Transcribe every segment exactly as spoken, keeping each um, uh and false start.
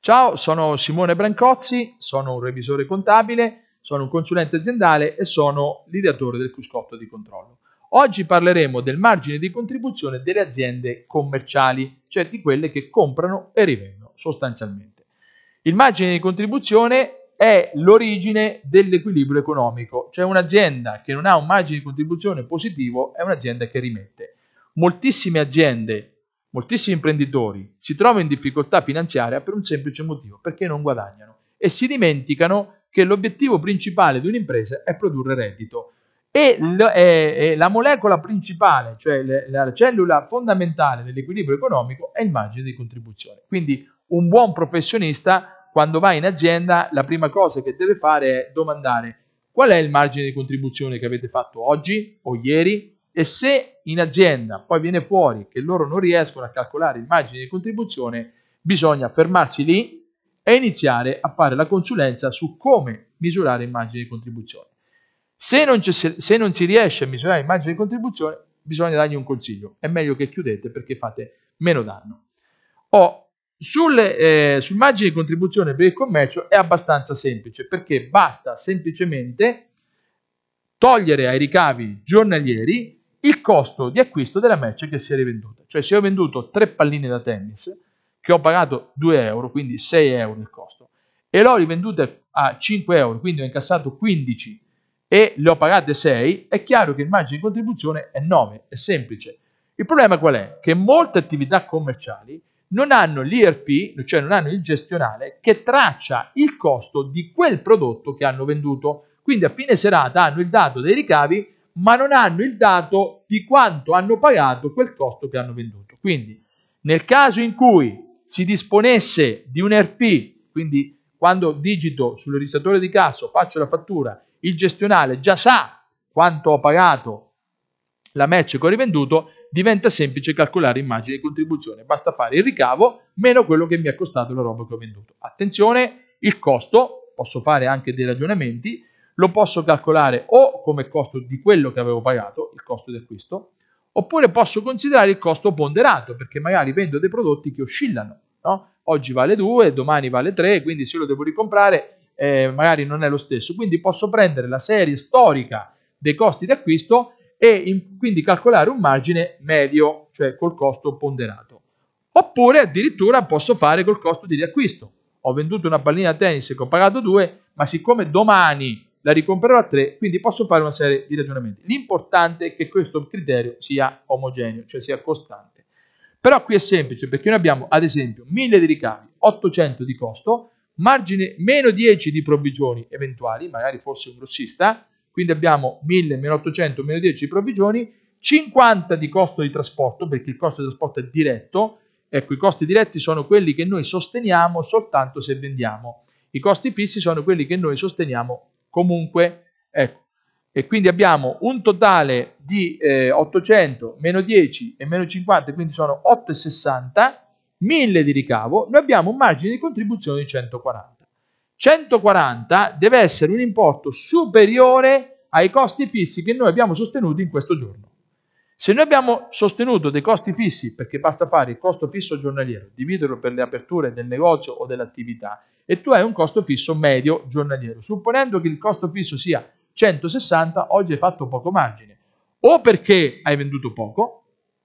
Ciao, sono Simone Brancozzi, sono un revisore contabile, sono un consulente aziendale e sono l'ideatore del cruscotto di controllo. Oggi parleremo del margine di contribuzione delle aziende commerciali, cioè di quelle che comprano e rivendono sostanzialmente. Il margine di contribuzione è l'origine dell'equilibrio economico, cioè un'azienda che non ha un margine di contribuzione positivo è un'azienda che rimette. Moltissime aziende, moltissimi imprenditori si trovano in difficoltà finanziaria per un semplice motivo, perché non guadagnano e si dimenticano che l'obiettivo principale di un'impresa è produrre reddito. E la molecola principale, cioè la cellula fondamentale dell'equilibrio economico è il margine di contribuzione. Quindi un buon professionista, quando va in azienda, la prima cosa che deve fare è domandare qual è il margine di contribuzione che avete fatto oggi o ieri, e se in azienda poi viene fuori che loro non riescono a calcolare il margine di contribuzione, bisogna fermarsi lì e iniziare a fare la consulenza su come misurare il margine di contribuzione. Se non, se non si riesce a misurare il margine di contribuzione, bisogna dargli un consiglio. È meglio che chiudete perché fate meno danno. Oh, sul, eh, sul margine di contribuzione per il commercio è abbastanza semplice, perché basta semplicemente togliere ai ricavi giornalieri il costo di acquisto della merce che si è rivenduta. Cioè, se ho venduto tre palline da tennis che ho pagato due euro, quindi sei euro il costo, e l'ho rivenduta a cinque euro, quindi ho incassato quindici e le ho pagate sei, è chiaro che il margine di contribuzione è nove, è semplice. Il problema qual è? Che molte attività commerciali non hanno l'I R P, cioè non hanno il gestionale che traccia il costo di quel prodotto che hanno venduto. Quindi a fine serata hanno il dato dei ricavi, ma non hanno il dato di quanto hanno pagato quel costo che hanno venduto. Quindi nel caso in cui si disponesse di un E R P, quindi quando digito sul registratore di cassa o faccio la fattura, il gestionale già sa quanto ho pagato la merce che ho rivenduto, diventa semplice calcolare il margine di contribuzione. Basta fare il ricavo meno quello che mi è costato la roba che ho venduto. Attenzione, il costo, posso fare anche dei ragionamenti, lo posso calcolare o come costo di quello che avevo pagato, il costo di acquisto, oppure posso considerare il costo ponderato, perché magari vendo dei prodotti che oscillano, no? Oggi vale due, domani vale tre, quindi se lo devo ricomprare eh, magari non è lo stesso. Quindi posso prendere la serie storica dei costi di acquisto e in, quindi calcolare un margine medio, cioè col costo ponderato. Oppure addirittura posso fare col costo di riacquisto. Ho venduto una pallina da tennis che ho pagato due, ma siccome domani la ricomprerò a tre, quindi posso fare una serie di ragionamenti. L'importante è che questo criterio sia omogeneo, cioè sia costante. Però qui è semplice, perché noi abbiamo ad esempio mille di ricavi, ottocento di costo, margine meno dieci di provvigioni eventuali, magari fosse un grossista, quindi abbiamo mille meno ottocento meno dieci di provvigioni, cinquanta di costo di trasporto, perché il costo di trasporto è diretto. Ecco, i costi diretti sono quelli che noi sosteniamo soltanto se vendiamo. I costi fissi sono quelli che noi sosteniamo comunque. Ecco. E quindi abbiamo un totale di eh, ottocento meno dieci e meno cinquanta, quindi sono otto virgola sessanta, mille di ricavo, noi abbiamo un margine di contribuzione di centoquaranta. centoquaranta deve essere un importo superiore ai costi fissi che noi abbiamo sostenuto in questo giorno. Se noi abbiamo sostenuto dei costi fissi, perché basta fare il costo fisso giornaliero, dividerlo per le aperture del negozio o dell'attività, e tu hai un costo fisso medio giornaliero, supponendo che il costo fisso sia centosessanta, oggi hai fatto poco margine, o perché hai venduto poco,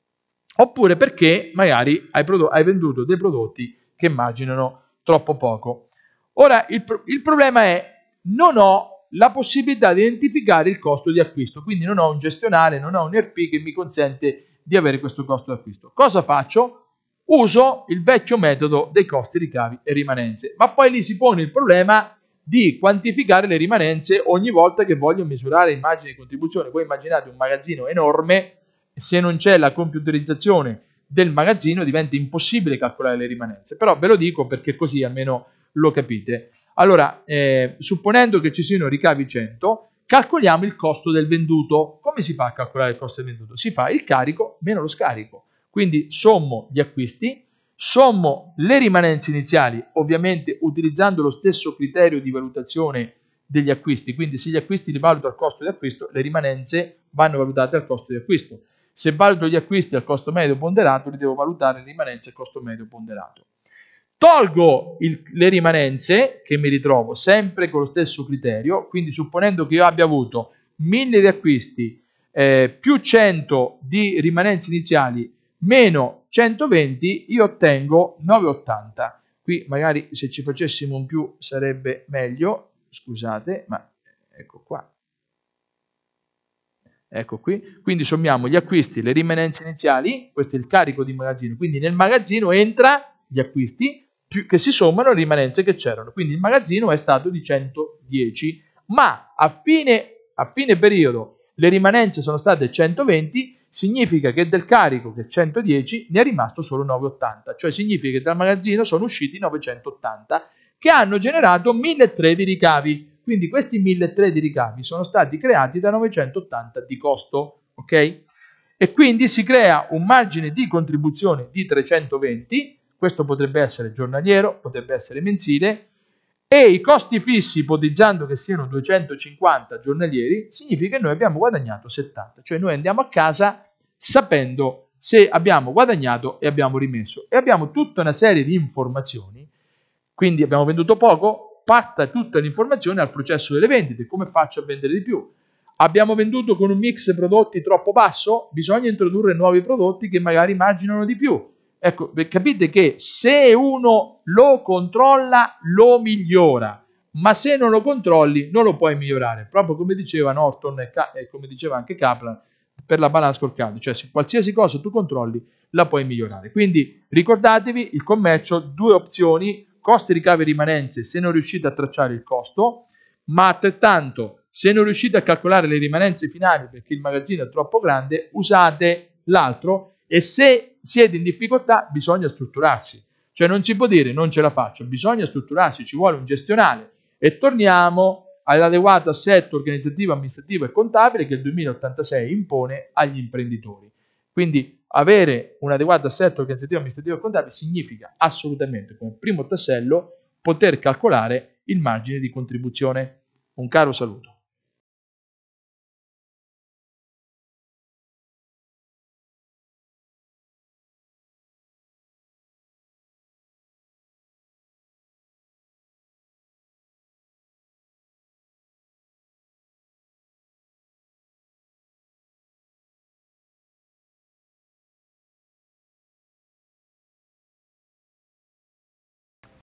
oppure perché magari hai, hai venduto dei prodotti che marginano troppo poco. Ora, il, il problema è, non ho la possibilità di identificare il costo di acquisto, quindi non ho un gestionale, non ho un E R P che mi consente di avere questo costo di acquisto. Cosa faccio? Uso il vecchio metodo dei costi, ricavi e rimanenze, ma poi lì si pone il problema di quantificare le rimanenze ogni volta che voglio misurare il margine di contribuzione. Voi immaginate un magazzino enorme, se non c'è la computerizzazione del magazzino diventa impossibile calcolare le rimanenze, però ve lo dico perché così almeno lo capite. Allora, eh, supponendo che ci siano ricavi cento, calcoliamo il costo del venduto. Come si fa a calcolare il costo del venduto? Si fa il carico meno lo scarico, quindi sommo gli acquisti, sommo le rimanenze iniziali, ovviamente utilizzando lo stesso criterio di valutazione degli acquisti, quindi se gli acquisti li valuto al costo di acquisto, le rimanenze vanno valutate al costo di acquisto. Se valuto gli acquisti al costo medio ponderato, li devo valutare le rimanenze al costo medio ponderato. Tolgo il, le rimanenze che mi ritrovo sempre con lo stesso criterio, quindi supponendo che io abbia avuto mille di acquisti eh, più cento di rimanenze iniziali meno centoventi, io ottengo novecentottanta. Qui magari se ci facessimo un più sarebbe meglio, scusate, ma ecco qua. Ecco qui, quindi sommiamo gli acquisti, le rimanenze iniziali, questo è il carico di magazzino, quindi nel magazzino entra gli acquisti più, che si sommano alle rimanenze che c'erano, quindi il magazzino è stato di centodieci, ma a fine, a fine periodo le rimanenze sono state centoventi, significa che del carico che è centodieci ne è rimasto solo novecentottanta, cioè significa che dal magazzino sono usciti novecentottanta che hanno generato milletrecento di ricavi. Quindi questi milletrecento di ricavi sono stati creati da novecentottanta di costo, ok? E quindi si crea un margine di contribuzione di trecentoventi, questo potrebbe essere giornaliero, potrebbe essere mensile, e i costi fissi, ipotizzando che siano duecentocinquanta giornalieri, significa che noi abbiamo guadagnato settanta, cioè noi andiamo a casa sapendo se abbiamo guadagnato e abbiamo rimesso. E abbiamo tutta una serie di informazioni, quindi abbiamo venduto poco, parta tutta l'informazione al processo delle vendite, come faccio a vendere di più. Abbiamo venduto con un mix prodotti troppo basso, bisogna introdurre nuovi prodotti che magari marginano di più. Ecco, capite che se uno lo controlla, lo migliora, ma se non lo controlli, non lo puoi migliorare. Proprio come diceva Norton e, e come diceva anche Kaplan per la balance scorecard, cioè se qualsiasi cosa tu controlli, la puoi migliorare. Quindi ricordatevi, il commercio, due opzioni, costi, ricavi e rimanenze se non riuscite a tracciare il costo, ma altrettanto se non riuscite a calcolare le rimanenze finali perché il magazzino è troppo grande, usate l'altro, e se siete in difficoltà bisogna strutturarsi, cioè non si può dire non ce la faccio, bisogna strutturarsi, ci vuole un gestionale. E torniamo all'adeguato assetto organizzativo, amministrativo e contabile che il duemilaottantasei impone agli imprenditori. Quindi avere un adeguato assetto organizzativo, amministrativo e contabile significa assolutamente, come primo tassello, poter calcolare il margine di contribuzione. Un caro saluto.